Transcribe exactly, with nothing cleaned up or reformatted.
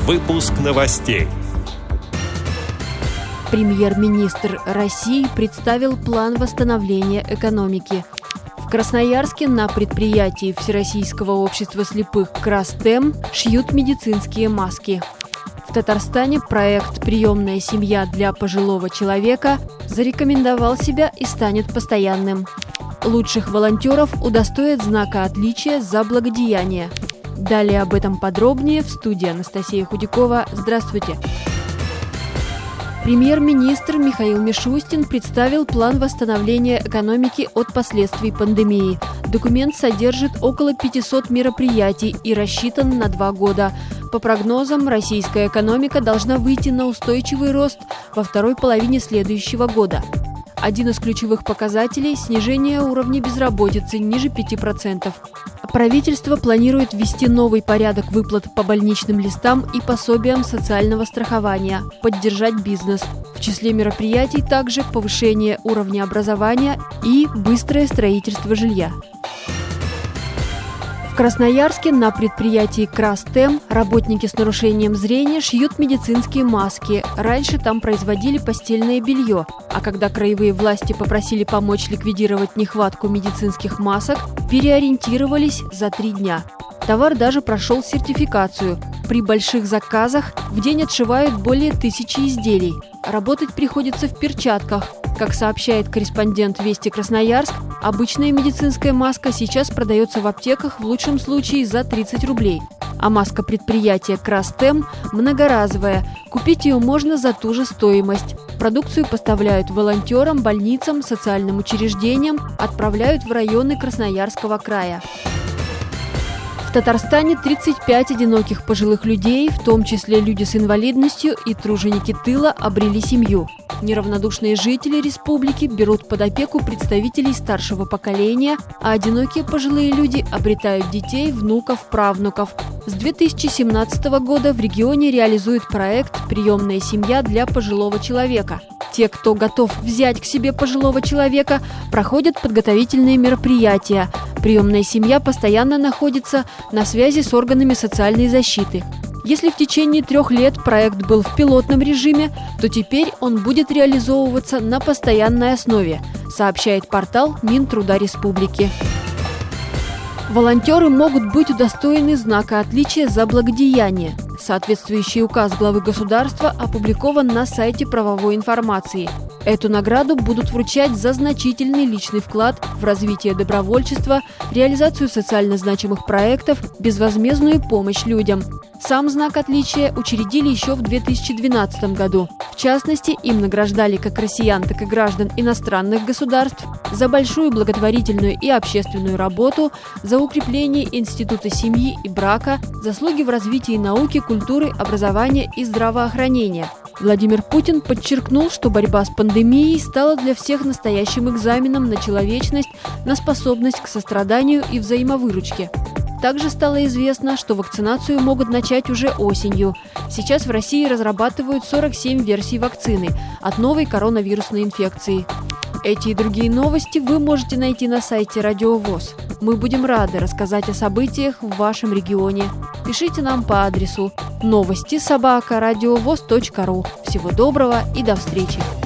Выпуск новостей. Премьер-министр России представил план восстановления экономики. В Красноярске на предприятии Всероссийского общества слепых «Крастэм» шьют медицинские маски. В Татарстане проект «Приемная семья для пожилого человека» зарекомендовал себя и станет постоянным. Лучших волонтеров удостоят знака отличия за благодеяние. Далее об этом подробнее в студии Анастасия Худякова. Здравствуйте! Премьер-министр Михаил Мишустин представил план восстановления экономики от последствий пандемии. Документ содержит около пятисот мероприятий и рассчитан на два года. По прогнозам, российская экономика должна выйти на устойчивый рост во второй половине следующего года. Один из ключевых показателей – снижение уровня безработицы ниже пяти процентов. Правительство планирует ввести новый порядок выплат по больничным листам и пособиям социального страхования, поддержать бизнес. В числе мероприятий также повышение уровня образования и быстрое строительство жилья. В Красноярске на предприятии «Крастэм» работники с нарушением зрения шьют медицинские маски. Раньше там производили постельное белье, а когда краевые власти попросили помочь ликвидировать нехватку медицинских масок, переориентировались за три дня. Товар даже прошел сертификацию. При больших заказах в день отшивают более тысячи изделий. Работать приходится в перчатках. Как сообщает корреспондент «Вести Красноярск», обычная медицинская маска сейчас продается в аптеках в лучшем случае за тридцать рублей. А маска предприятия «Крастэм» многоразовая. Купить ее можно за ту же стоимость. Продукцию поставляют волонтерам, больницам, социальным учреждениям, отправляют в районы Красноярского края. В Татарстане тридцать пять одиноких пожилых людей, в том числе люди с инвалидностью и труженики тыла, обрели семью. Неравнодушные жители республики берут под опеку представителей старшего поколения, а одинокие пожилые люди обретают детей, внуков, правнуков. С две тысячи семнадцатого года в регионе реализует проект «Приемная семья для пожилого человека». Те, кто готов взять к себе пожилого человека, проходят подготовительные мероприятия. Приемная семья постоянно находится на связи с органами социальной защиты. Если в течение трех лет проект был в пилотном режиме, то теперь он будет реализовываться на постоянной основе, сообщает портал Минтруда Республики. Волонтеры могут быть удостоены знака отличия за благодеяние. Соответствующий указ главы государства опубликован на сайте правовой информации. Эту награду будут вручать за значительный личный вклад в развитие добровольчества, реализацию социально значимых проектов, безвозмездную помощь людям. Сам знак отличия учредили еще в две тысячи двенадцатом году. В частности, им награждали как россиян, так и граждан иностранных государств за большую благотворительную и общественную работу, за укрепление института семьи и брака, заслуги в развитии науки, культуры, образования и здравоохранения. Владимир Путин подчеркнул, что борьба с пандемией стала для всех настоящим экзаменом на человечность, на способность к состраданию и взаимовыручке. Также стало известно, что вакцинацию могут начать уже осенью. Сейчас в России разрабатывают сорок семь версий вакцины от новой коронавирусной инфекции. Эти и другие новости вы можете найти на сайте Радио ВОС. Мы будем рады рассказать о событиях в вашем регионе. Пишите нам по адресу новости собака радиовос точка ру. Всего доброго и до встречи!